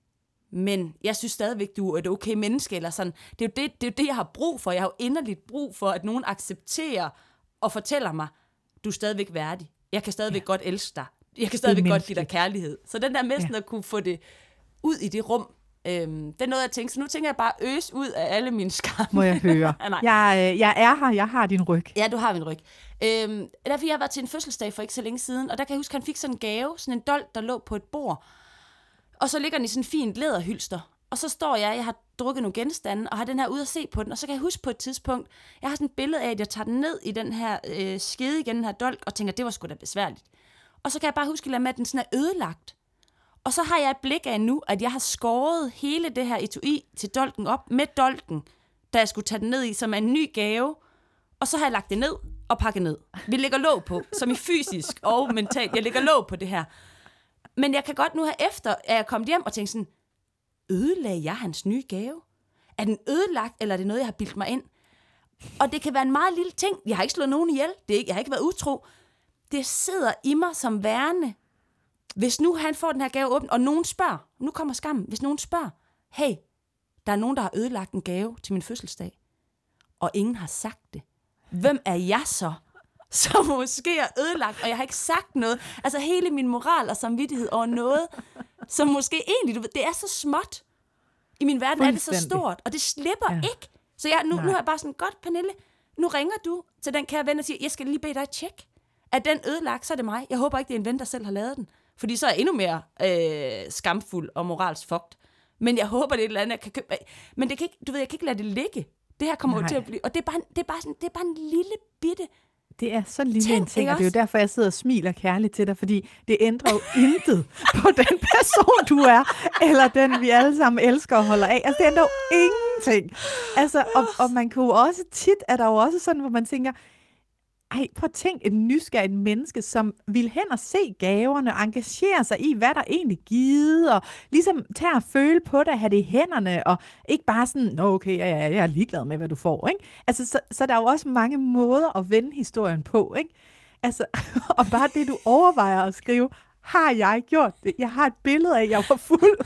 men jeg synes stadigvæk, du er et okay menneske, eller sådan. Det er jo det, det, er jo det, jeg har brug for. Jeg har jo inderligt brug for, at nogen accepterer og fortæller mig, du er stadigvæk værdig. Jeg kan stadigvæk ja. godt elske dig. Jeg kan stadigvæk godt give dig kærlighed. Så den der med sådan ja. at kunne få det ud i det rum, øhm, det er noget, jeg tænker. Så nu tænker jeg bare øse ud af alle mine skam. Må jeg høre? jeg, jeg er her, jeg har din ryg. Ja, du har min ryg. Øhm, derfor jeg har været til en fødselsdag for ikke så længe siden, og der kan jeg huske, at han fik sådan en gave, sådan en dolk, der lå på et bord. Og så ligger den i sådan en fint læderhylster. Og så står jeg, jeg har drukket nogle genstande, og har den her ude at se på den. Og så kan jeg huske på et tidspunkt, jeg har sådan et billede af, at jeg tager den ned i den her øh, skede igen, den her dolk, og tænker, det var sgu da besværligt. Og så kan jeg bare huske, at den sådan er ødelagt. Og så har jeg et blik af nu, at jeg har skåret hele det her etui til dolken op med dolken, da jeg skulle tage den ned i, som er en ny gave. Og så har jeg lagt det ned og pakket ned. Vi lægger låg på, som i fysisk og mentalt. Jeg lægger låg på det her. Men jeg kan godt nu have efter, at jeg kom hjem og tænkte sådan, ødelagde jeg hans nye gave? Er den ødelagt, eller er det noget, jeg har bildt mig ind? Og det kan være en meget lille ting. Jeg har ikke slået nogen ihjel. Det er ikke, jeg har ikke været utro. Det sidder i mig som værende. Hvis nu han får den her gave åbent, og nogen spørger, nu kommer skammen, hvis nogen spørger, hey, der er nogen, der har ødelagt en gave til min fødselsdag, og ingen har sagt det. Hvem er jeg så? Som måske er ødelagt, og jeg har ikke sagt noget. Altså hele min moral og samvittighed over noget, som måske egentlig, du ved, det er så småt. I min verden er det så stort, og det slipper ja. ikke. Så jeg, nu, nu er jeg bare sådan, godt Pernille, nu ringer du til den kære ven og siger, jeg skal lige bede dig tjekke. Er den ødelagt, så er det mig. Jeg håber ikke, det er en ven, der selv har lavet den. Fordi så er jeg endnu mere øh, skamfuld og moralsk fucked. Men jeg håber, det er et eller andet, jeg kan købe. Men det kan ikke, du ved, jeg kan ikke lade det ligge. Det her kommer jo til at blive, og det er bare, det er bare, sådan, det er bare en lille bitte. Det er så lille ting, en ting, og det er jo derfor, jeg sidder og smiler kærligt til dig, fordi det ændrer jo intet på den person, du er, eller den, vi alle sammen elsker og holder af. Altså, det ændrer jo ingenting. Altså, og, og man kan jo også tit, er der jo også sådan, hvor man tænker, ej, prøv at tænke en nysgerrig menneske, som vil hen og se gaverne, og engagere sig i, hvad der egentlig givet, og ligesom tage og føle på det, have det i hænderne, og ikke bare sådan, nå okay, ja, ja, jeg er ligeglad med, hvad du får, ikke? Altså, så, så der er jo også mange måder at vende historien på, ikke? Altså, og bare det, du overvejer at skrive, har jeg gjort det? Jeg har et billede af, at jeg var fuld,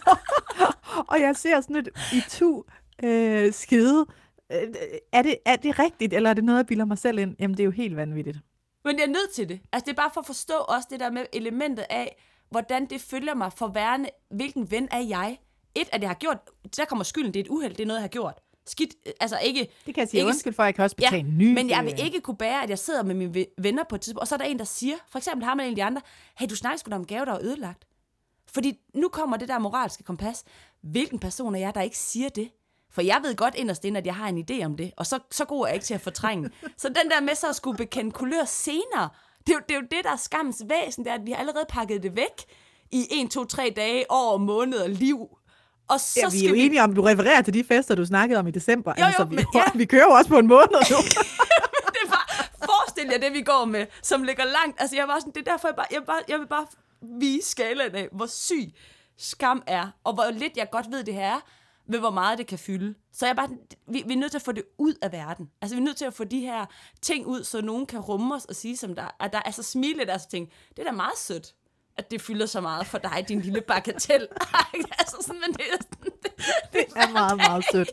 og jeg ser sådan et itu øh, skide. Er det, er det rigtigt, eller er det noget, jeg bilder mig selv ind? Jamen, det er jo helt vanvittigt. Men jeg er nødt til det. Altså, det er bare for at forstå også det der med elementet af, hvordan det følger mig for værende, hvilken ven er jeg? Et, at jeg har gjort, der kommer skylden, det er et uheld, det er noget, jeg har gjort. Skidt, altså ikke... Det kan jeg sige ikke, undskyld for, jeg kan også betale ja, en ny. Men jeg vil ikke kunne bære, at jeg sidder med mine venner på et tidspunkt, og så er der en, der siger, for eksempel har man en af de andre, hey, du snakker sgu da om gave, der er ødelagt. Fordi nu kommer det der moralske kompas. Hvilken person er jeg, der ikke siger det? For jeg ved godt inderst inde, at jeg har en idé om det, og så, så god er jeg ikke til at fortrænge. Så den der med så at skulle bekende kulør senere, det er, jo, det er jo det, der er skammens væsen, det er, at vi har allerede pakket det væk i en, to, tre dage, år, måneder, liv. Og så ja, vi er skal jo vi... enige om, du refererer til de fester, du snakkede om i december. Jo, jo, altså, vi, men, ja. vi kører jo også på en måned nu. Det er bare, forestil jer det, vi går med, som ligger langt. Altså, jeg var sådan, det er derfor, jeg, bare, jeg, bare, jeg vil bare vise skalaen af, hvor syg skam er, og hvor lidt jeg godt ved, det her er, ved hvor meget det kan fylde. Så jeg bare, vi, vi er nødt til at få det ud af verden. Altså, vi er nødt til at få de her ting ud, så nogen kan rumme os og sige, som der, at der er så smile lidt, altså ting, det er da meget sødt, at det fylder så meget for dig, din lille bagatel. Altså, sådan, men det, det, det, det er meget, meget sødt.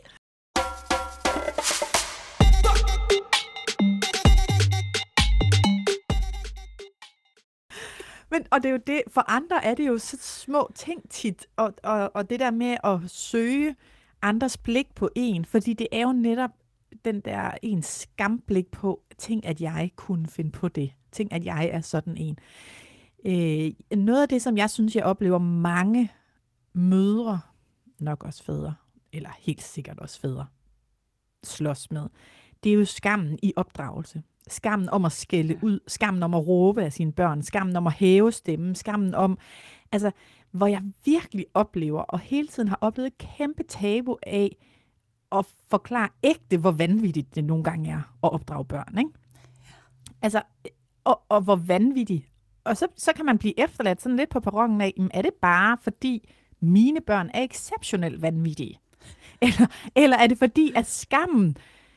Men, og det er jo det, for andre er det jo så små ting tit, og, og, og det der med at søge andres blik på en, fordi det er jo netop den der ens skamblik på, tænk at jeg kunne finde på det, tænk at jeg er sådan en. Øh, noget af det, som jeg synes, jeg oplever mange mødre, nok også fædre, eller helt sikkert også fædre, slås med, det er jo skammen i opdragelse. Skammen om at skælde ud, skammen om at råbe af sine børn, skammen om at hæve stemmen, skammen om, altså, hvor jeg virkelig oplever, og hele tiden har oplevet et kæmpe tabu af at forklare ægte, hvor vanvittigt det nogle gange er at opdrage børn, ikke? Altså, og, og hvor vanvittigt. Og så, så kan man blive efterladt sådan lidt på perronen af, er det bare fordi mine børn er exceptionelt vanvittige? Eller, eller er det fordi, at skammen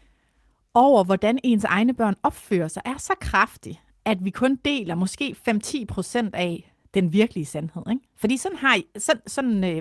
over, hvordan ens egne børn opfører sig, er så kraftig, at vi kun deler måske fem til ti procent af den virkelige sandhed, ikke? Fordi sådan har I, sådan, sådan, øh,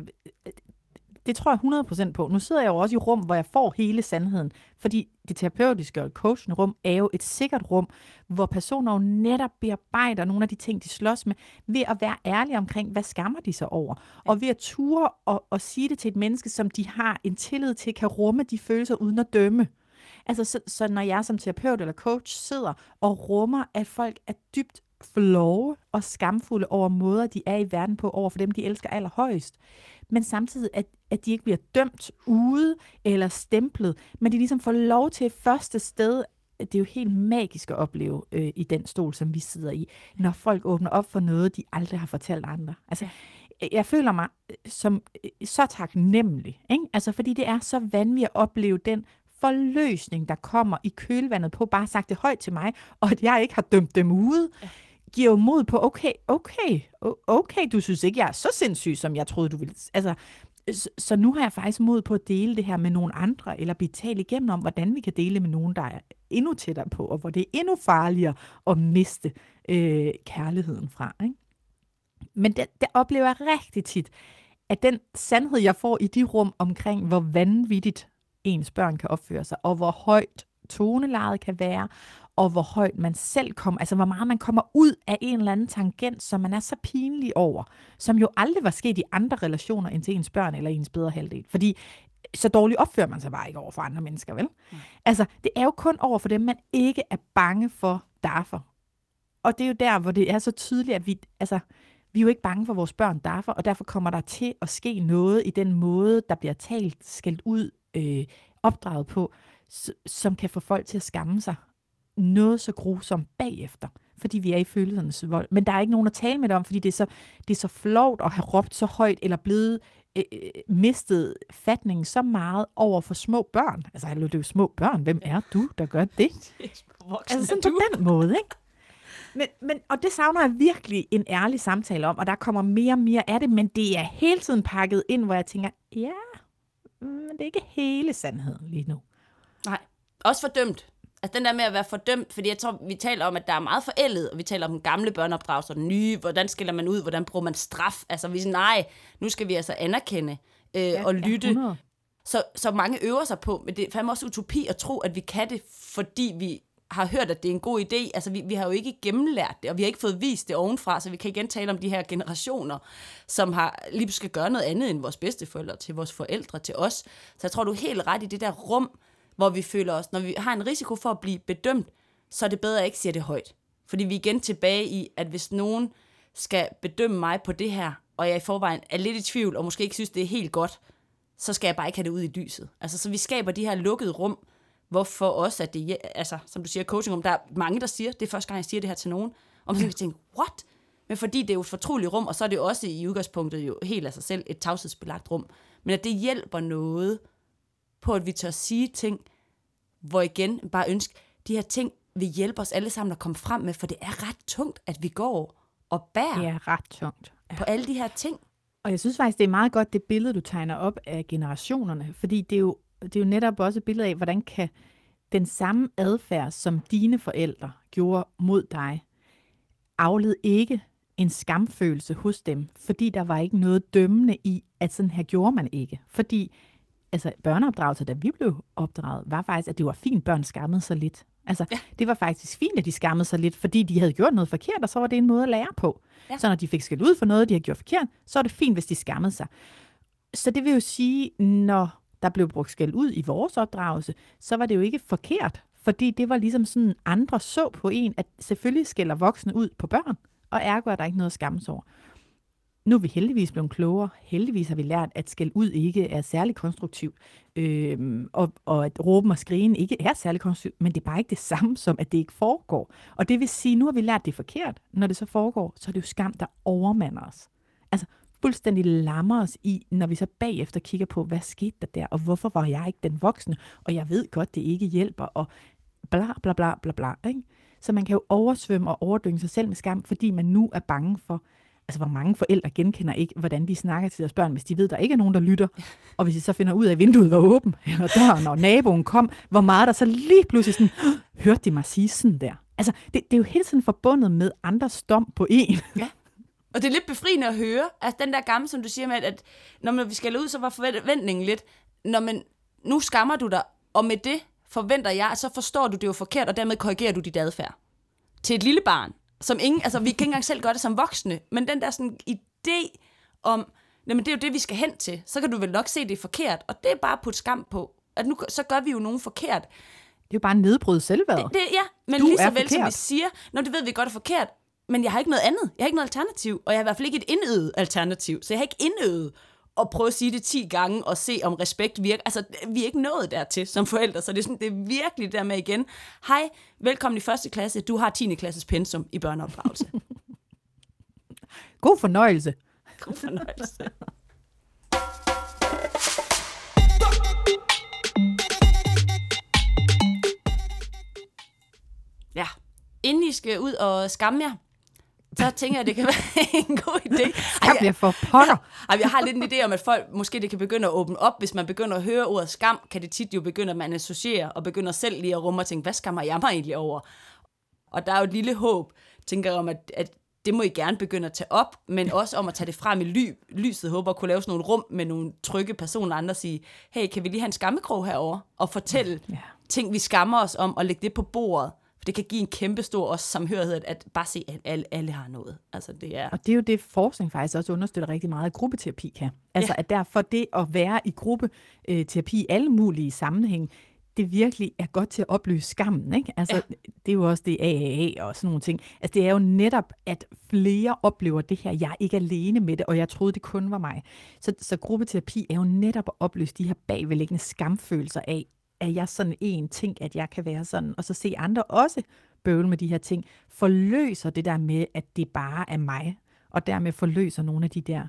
det tror jeg hundrede procent på. Nu sidder jeg jo også i rum, hvor jeg får hele sandheden, fordi det terapeutiske og coachende rum er jo et sikkert rum, hvor personer jo netop bearbejder nogle af de ting, de slås med, ved at være ærlige omkring, hvad skammer de sig over, og ved at ture og, og sige det til et menneske, som de har en tillid til, kan rumme de følelser uden at dømme. Altså, så, så når jeg som terapeut eller coach sidder og rummer, at folk er dybt flove og skamfulde over måder, de er i verden på, over for dem, de elsker allerhøjst, men samtidig, at, at de ikke bliver dømt ude eller stemplet, men de ligesom får lov til første sted. Det er jo helt magisk at opleve øh, i den stol, som vi sidder i, når folk åbner op for noget, de aldrig har fortalt andre. Altså, jeg føler mig som så taknemmelig, ikke? Altså, fordi det er så vanvittigt at opleve den forløsning, der kommer i kølvandet på, bare sagt det højt til mig, og at jeg ikke har dømt dem ude, giver jo mod på, okay, okay, okay, du synes ikke, jeg er så sindssyg, som jeg troede, du ville. Altså, så nu har jeg faktisk mod på at dele det her med nogle andre, eller blive talt igennem om, hvordan vi kan dele med nogen, der er endnu tættere på, og hvor det er endnu farligere at miste øh, kærligheden fra, ikke? Men det, det oplever jeg rigtig tit, at den sandhed, jeg får i de rum omkring, hvor vanvittigt ens børn kan opføre sig, og hvor højt tonelejet kan være, og hvor højt man selv kommer, altså hvor meget man kommer ud af en eller anden tangent, som man er så pinlig over, som jo aldrig var sket i andre relationer end til ens børn eller ens bedre halvdel. Fordi så dårligt opfører man sig bare ikke over for andre mennesker, vel? Mm. Altså, det er jo kun over for dem, man ikke er bange for derfor. Og det er jo der, hvor det er så tydeligt, at vi, altså, vi er jo ikke bange for vores børn derfor, og derfor kommer der til at ske noget i den måde, der bliver talt, skældt ud, øh, opdraget på, som kan få folk til at skamme sig noget så grusomt bagefter, fordi vi er i følelsernes vold. Men der er ikke nogen at tale med det om, fordi det er så, det er så flovt at have råbt så højt, eller blevet øh, mistet fatningen så meget over for små børn. Altså, det er jo små børn. Hvem er du, der gør det? Altså sådan på den måde, ikke? Men, men, og det savner jeg virkelig en ærlig samtale om, og der kommer mere og mere af det, men det er hele tiden pakket ind, hvor jeg tænker, ja, men det er ikke hele sandheden lige nu. Nej, også fordømt. Altså den der med at være fordømt, fordi jeg tror, vi taler om, at der er meget forældet, og vi taler om den gamle børneopdragelse og den nye, hvordan skiller man ud, hvordan bruger man straf, altså vi siger, nej, nu skal vi altså anerkende øh, ja, og lytte. Ja, så, så mange øver sig på, men det er fandme også utopi at tro, at vi kan det, fordi vi har hørt, at det er en god idé. Altså vi, vi har jo ikke gennemlært det, og vi har ikke fået vist det ovenfra, så vi kan igen tale om de her generationer, som har lige skal gøre noget andet end vores bedsteforældre, til vores forældre, til os. Så jeg tror, du er helt ret i det der rum, hvor vi føler os, når vi har en risiko for at blive bedømt, så er det bedre at ikke sige det højt. Fordi vi er igen tilbage i, at hvis nogen skal bedømme mig på det her, og jeg i forvejen er lidt i tvivl, og måske ikke synes, det er helt godt, så skal jeg bare ikke have det ud i lyset. Altså, så vi skaber de her lukkede rum, hvorfor også, at det, altså, som du siger, coachingrum, der er mange, der siger, det er første gang, jeg siger det her til nogen, og man kan tænke, what? Men fordi det er jo et fortroligt rum, og så er det jo også i udgangspunktet jo helt af sig selv et tavshedsbelagt rum, men at det hjælper noget på, at vi tør sige ting, hvor igen bare ønske, de her ting vil hjælpe os alle sammen at komme frem med, for det er ret tungt, at vi går og bærer. Det er ret tungt. Ja. På alle de her ting. Og jeg synes faktisk, det er meget godt, det billede, du tegner op af generationerne, fordi det er jo, det er jo netop også et billede af, hvordan kan den samme adfærd, som dine forældre gjorde mod dig, afled ikke en skamfølelse hos dem, fordi der var ikke noget dømmende i, at sådan her gjorde man ikke. Fordi altså, børneopdragelse, da vi blev opdraget, var faktisk, at det var fint, børn skammede sig lidt. Altså, ja. Det var faktisk fint, at de skammede sig lidt, fordi de havde gjort noget forkert, og så var det en måde at lære på. Ja. Så når de fik skældt ud for noget, de havde gjort forkert, så var det fint, hvis de skammede sig. Så det vil jo sige, når der blev brugt skæld ud i vores opdragelse, så var det jo ikke forkert, fordi det var ligesom sådan, andre så på en, at selvfølgelig skælder voksne ud på børn, og ergo er der ikke noget at skamme sig over. nu er vi heldigvis blevet klogere. Heldigvis har vi lært, at skæld ud ikke er særlig konstruktivt, øhm, og, og at råben og skrigen ikke er særlig konstruktivt, men det er bare ikke det samme som, at det ikke foregår. Og det vil sige, nu har vi lært det forkert. Når det så foregår, så er det jo skam, der overmander os. Altså fuldstændig lammer os i, når vi så bagefter kigger på, hvad skete der der, og hvorfor var jeg ikke den voksne, og jeg ved godt, det ikke hjælper, og bla bla bla bla bla. Ikke? Så man kan jo oversvømme og overdynge sig selv med skam, fordi man nu er bange for, altså hvor mange forældre genkender ikke, hvordan de snakker til deres børn, hvis de ved, der ikke er nogen, der lytter. Og hvis de så finder ud af, at vinduet var åbent, eller døren, og naboen kom, hvor meget der så lige pludselig sådan, hørte de mig sige sådan der. Altså, det, det er jo hele tiden forbundet med andres dom på en. Ja. Og det er lidt befriende at høre, altså den der gamle, som du siger med, at når man, vi skal ud, så var forventningen lidt, når man, nu skammer du dig, og med det forventer jeg, så forstår du det jo forkert, og dermed korrigerer du dit adfærd. Til et lille barn, som ingen, altså vi kan ikke engang selv gøre det som voksne, men den der sådan idé om, jamen det er jo det, vi skal hen til, så kan du vel nok se, det er forkert, og det er bare at putte skam på, at nu, så gør vi jo nogen forkert. Det er jo bare nedbryde selvværd. Det, det, ja, men du lige så er vel forkert. som vi siger, når det ved vi godt er forkert, men jeg har ikke noget andet, jeg har ikke noget alternativ, og jeg har i hvert fald ikke et indøvet alternativ, så jeg har ikke indøvet at prøve at sige det ti gange og se om respekt virker. Altså, vi er ikke nået dertil som forældre, så det er, sådan, det er virkelig der med igen. Hej, velkommen i første klasse. Du har tiende klasses pensum i børneopdragelse. God fornøjelse. God fornøjelse. Ja, inden I skal ud og skamme jer, så tænker jeg, det kan være en god idé. Skam jer for pokker. Ej, jeg har lidt en idé om, at folk måske det kan begynde at åbne op. Hvis man begynder at høre ordet skam, kan det tit jo begynde, at man associerer og begynder selv lige at rumme og tænke, hvad skammer jeg mig egentlig over? Og der er jo et lille håb, tænker jeg om, at, at det må I gerne begynde at tage op, men også om at tage det frem i ly, lyset, håber at kunne lave sådan nogle rum med nogle trygge personer, og andre sige, hey, kan vi lige have en skammekrog herover og fortælle ja. ting, vi skammer os om, og lægge det på bordet. For det kan give en kæmpe stor også samhørighed, at bare se, at alle, alle har noget. Altså, det er... Og det er jo det, forskning faktisk også understøtter rigtig meget, at gruppeterapi kan. Altså, ja. at derfor det at være i gruppeterapi i alle mulige sammenhæng, det virkelig er godt til at opløse skammen, ikke? Altså, ja. det er jo også det A A A og sådan nogle ting. Altså, det er jo netop, at flere oplever det her. Jeg er ikke alene med det, og jeg troede, det kun var mig. Så, så gruppeterapi er jo netop at opløse de her bagvedliggende skamfølelser af, er jeg sådan en ting, at jeg kan være sådan, og så se andre også bøvle med de her ting, forløser det der med, at det bare er mig, og dermed forløser nogle af de der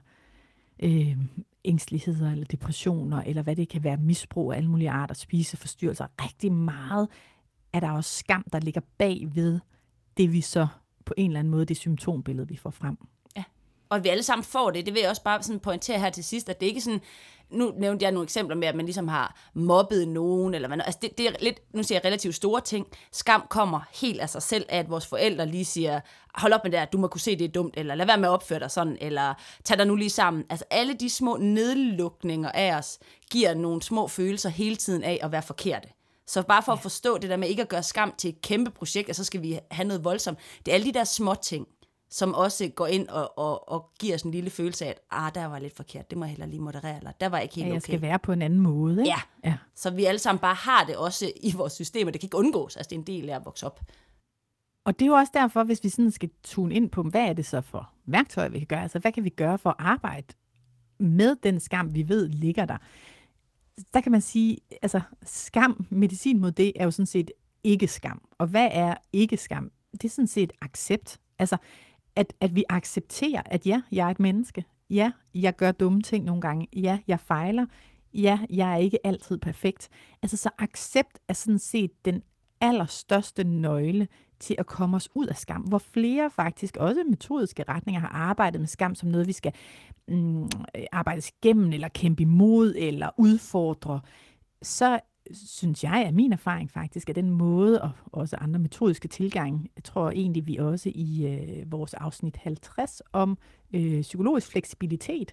øh, ængsteligheder, eller depressioner, eller hvad det kan være, misbrug af alle mulige arter, spiseforstyrrelser. Rigtig meget er der også skam, der ligger bag ved det, vi så på en eller anden måde, det symptombillede, vi får frem. Ja, og vi alle sammen får det. Det vil jeg også bare sådan pointere her til sidst, at det ikke sådan, nu nævnte jeg nogle eksempler med, at man ligesom har mobbet nogen, eller hvad, altså det, det er lidt, nu siger jeg relativt store ting. Skam kommer helt af sig selv, af at vores forældre lige siger, hold op med det, du må kunne se, det er dumt, eller lad være med at opføre dig sådan, eller tag dig nu lige sammen. Altså alle de små nedlukninger af os, giver nogle små følelser hele tiden af at være forkerte. Så bare for ja. at forstå det der med ikke at gøre skam til et kæmpe projekt, og så skal vi have noget voldsomt. Det er alle de der små ting, som også går ind og, og, og giver os en lille følelse af, at ah, der var lidt forkert, det må jeg heller lige moderere, eller der var ikke helt okay. Ja, jeg skal være på en anden måde. Ikke? Ja. ja, så vi alle sammen bare har det også i vores system, og det kan ikke undgås, altså det er en del af at vokse op. Og det er jo også derfor, hvis vi sådan skal tune ind på, hvad er det så for værktøjer, vi kan gøre, altså hvad kan vi gøre for at arbejde med den skam, vi ved ligger der. Der kan man sige, altså skam, medicin mod det, er jo sådan set ikke skam. Og hvad er ikke skam? Det er sådan set accept. Altså, at, at vi accepterer, at ja, jeg er et menneske. Ja, jeg gør dumme ting nogle gange. Ja, jeg fejler. Ja, jeg er ikke altid perfekt. Altså, så accept er sådan set den allerstørste nøgle til at komme os ud af skam, hvor flere faktisk også metodiske retninger har arbejdet med skam som noget, vi skal mm, arbejdes igennem, eller kæmpe imod, eller udfordre. Så synes jeg, at min erfaring faktisk er den måde, og også andre metodiske tilgange, jeg tror egentlig, vi også i øh, vores afsnit halvtreds om øh, psykologisk fleksibilitet,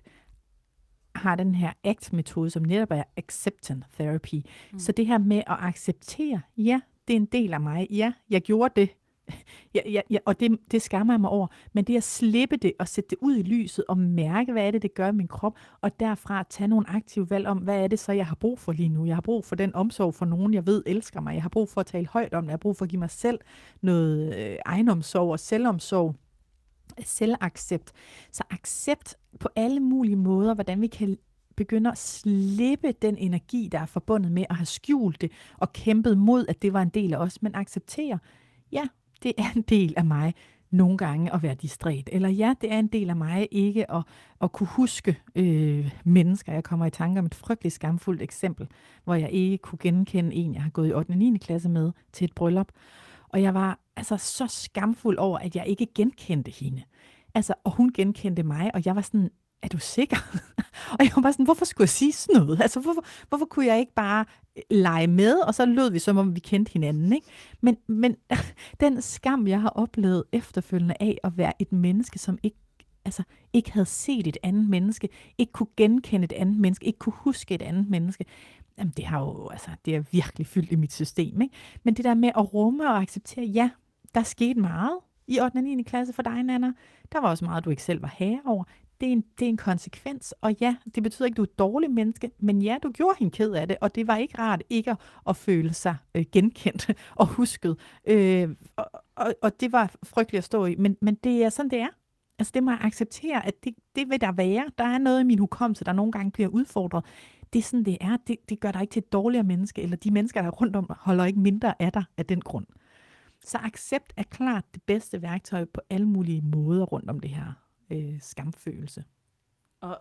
har den her A C T-metode, som netop er acceptance therapy. Mm. Så det her med at acceptere, ja, det er en del af mig, ja, jeg gjorde det, ja, ja, ja, og det, det skammer jeg mig over, men det at slippe det og sætte det ud i lyset og mærke, hvad er det, det gør i min krop, og derfra tage nogle aktive valg om, hvad er det så, jeg har brug for lige nu. Jeg har brug for den omsorg for nogen, jeg ved elsker mig. Jeg har brug for at tale højt om det. Jeg har brug for at give mig selv noget øh, egenomsorg og selvomsorg. Selvaccept. Så accept på alle mulige måder, hvordan vi kan begynde at slippe den energi, der er forbundet med at have skjult det og kæmpet mod, at det var en del af os, men acceptere, ja, det er en del af mig nogle gange at være distræt, eller ja, det er en del af mig ikke at, at kunne huske øh, mennesker. Jeg kommer i tanke om et frygteligt skamfuldt eksempel, hvor jeg ikke kunne genkende en, jeg har gået i ottende og niende klasse med til et bryllup, og jeg var altså så skamfuld over, at jeg ikke genkendte hende. Altså, og hun genkendte mig, og jeg var sådan, er du sikker? Og jeg var bare sådan, hvorfor skulle jeg sige sådan noget? Altså, hvorfor, hvorfor kunne jeg ikke bare lege med, og så lød vi, som om vi kendte hinanden, ikke? Men, men den skam, jeg har oplevet efterfølgende af at være et menneske, som ikke, altså, ikke havde set et andet menneske, ikke kunne genkende et andet menneske, ikke kunne huske et andet menneske, jamen, det har jo, altså, det er virkelig fyldt i mit system, ikke? Men det der med at rumme og acceptere, ja, der skete meget i ottende og niende klasse for dig, Nanna. Der var også meget, du ikke selv var herre over. Det er, en, det er en konsekvens, og ja, det betyder ikke, at du er et dårligt menneske, men ja, du gjorde hende ked af det, og det var ikke rart ikke at, at føle sig øh, genkendt og husket. Øh, og, og, og det var frygteligt at stå i, men, men det er sådan, det er. Altså det må jeg acceptere, at det, det vil der være. Der er noget i min hukommelse, der nogle gange bliver udfordret. Det er sådan, det er. Det, det gør dig ikke til et dårligere menneske, eller de mennesker, der er rundt om, holder ikke mindre af dig af den grund. Så accept er klart det bedste værktøj på alle mulige måder rundt om det her øh, skamfølelse. Og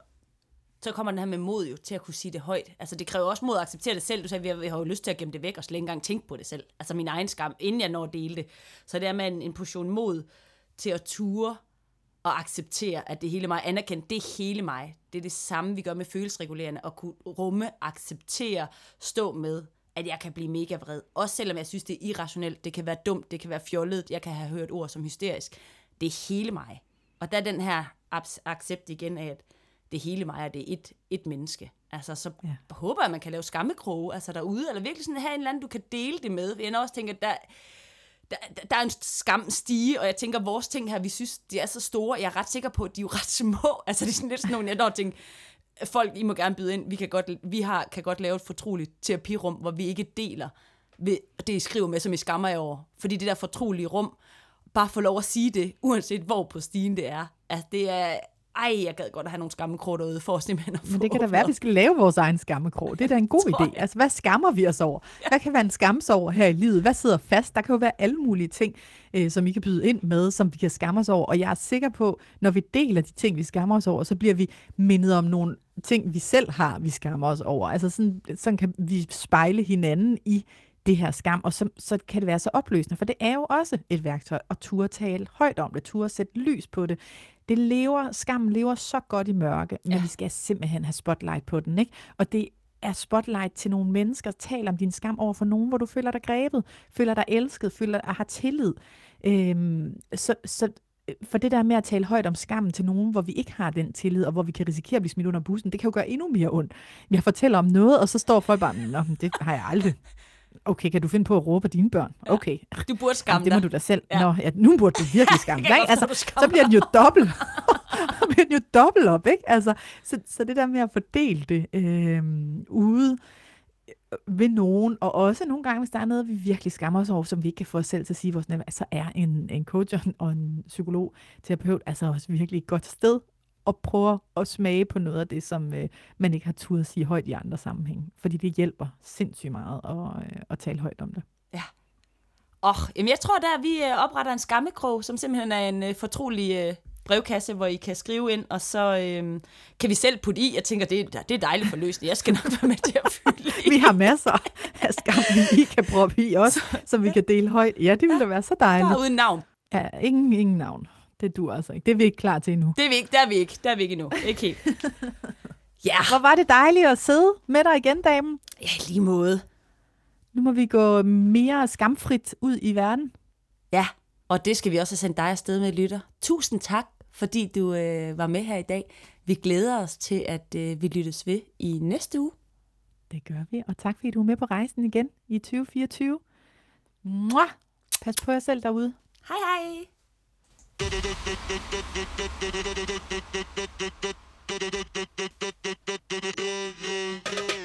så kommer den her med mod jo til at kunne sige det højt. Altså det kræver også mod at acceptere det selv. Du sagde, vi har jo lyst til at gemme det væk og slet ikke engang tænke på det selv. Altså min egen skam, inden jeg når at dele det. Så det er med en, en portion mod til at ture og acceptere, at det hele mig, anerkende, det er hele mig. Det er det samme, vi gør med følelsesregulerende, at kunne rumme, acceptere, stå med, at jeg kan blive mega vred. Også selvom jeg synes, det er irrationelt, det kan være dumt, det kan være fjollet, jeg kan have hørt ord som hysterisk. Det er hele mig. Og der er den her accept igen af, at det er hele mig, og det er et, et menneske. Altså, så ja. håber jeg, at man kan lave skammekroge altså derude, eller virkelig sådan have en eller anden, du kan dele det med. Jeg også tænker, at der, der, der er en skamstige, og jeg tænker, at vores ting her, vi synes, de er så store. Jeg er ret sikker på, at de er jo ret små. Altså, det er sådan lidt sådan nogle, jeg når tænker, folk, I må gerne byde ind. Vi kan godt, vi har, kan godt lave et fortroligt terapirum, hvor vi ikke deler ved det, I skriver med, som I skammer jer over. Fordi det der fortrolige rum, bare få lov at sige det, uanset hvor på stigen det er. Altså, det er... Ej, jeg gad godt at have nogle skammekrog derude, for simpelthen at få. Men det kan da være, at vi skal lave vores egen skammekrog. Det er da en god idé. Altså, hvad skammer vi os over? Ja. Hvad kan være en skamsår her i livet? Hvad sidder fast? Der kan jo være alle mulige ting, øh, som vi kan byde ind med, som vi kan skamme os over. Og jeg er sikker på, når vi deler de ting, vi skammer os over, så bliver vi mindet om nogle ting, vi selv har, vi skammer os over. Altså, sådan, sådan kan vi spejle hinanden i det her skam, og så, så kan det være så opløsende, for det er jo også et værktøj at turde tale højt om det, turde sætte lys på det. Det lever, skammen lever så godt i mørke, men ja. vi skal simpelthen have spotlight på den, ikke? Og det er spotlight til nogle mennesker. Tal om din skam over for nogen, hvor du føler dig grebet, føler dig elsket, føler dig har tillid. Øhm, så, så for det der med at tale højt om skammen til nogen, hvor vi ikke har den tillid, og hvor vi kan risikere at blive smidt under bussen, det kan jo gøre endnu mere ondt. Jeg fortæller om noget, og så står folk bare, nå, det har jeg aldrig. Okay, kan du finde på at råbe dine børn? Okay. Ja, du burde skamme dig. Det må du da selv. Ja. Nå, ja, nu burde du virkelig skamme dig. Altså, så bliver den jo dobbelt. så bliver den jo dobbelt op, ikke? Altså, så, så det der med at fordele det øh, ude ved nogen, og også nogle gange, hvis der er noget, vi virkelig skammer os over, som vi ikke kan få os selv til at sige, vores nemme, så er en, en coach og en psykolog, terapeut, altså også virkelig et godt sted, og prøve at smage på noget af det, som øh, man ikke har turde at sige højt i andre sammenhænge. Fordi det hjælper sindssygt meget at, øh, at tale højt om det. Ja. Og jamen jeg tror, der vi øh, opretter en skammekrog, som simpelthen er en øh, fortrolig øh, brevkasse, hvor I kan skrive ind, og så øh, kan vi selv putte i. Jeg tænker, det, det er dejligt forløst. Jeg skal nok være med til at fylde i. Vi har masser af skam, vi kan proppe i også, så, som vi kan dele højt. Ja, det ville da være så dejligt. Bare uden navn. Ja, ingen, ingen navn. Det duer altså ikke. Det er vi ikke klar til endnu. Det er vi ikke. Der er vi ikke. Der er vi ikke endnu. Ikke helt. Ja. Hvor var det dejligt at sidde med dig igen, damen. Ja, lige måde. Nu må vi gå mere skamfrit ud i verden. Ja, og det skal vi også have sendt dig afsted med, lytter. Tusind tak, fordi du øh, var med her i dag. Vi glæder os til, at øh, vi lyttes ved i næste uge. Det gør vi, og tak fordi du er med på rejsen igen i tyve fireogtyve. Mwah! Pas på jer selv derude. Hej hej! Yeah.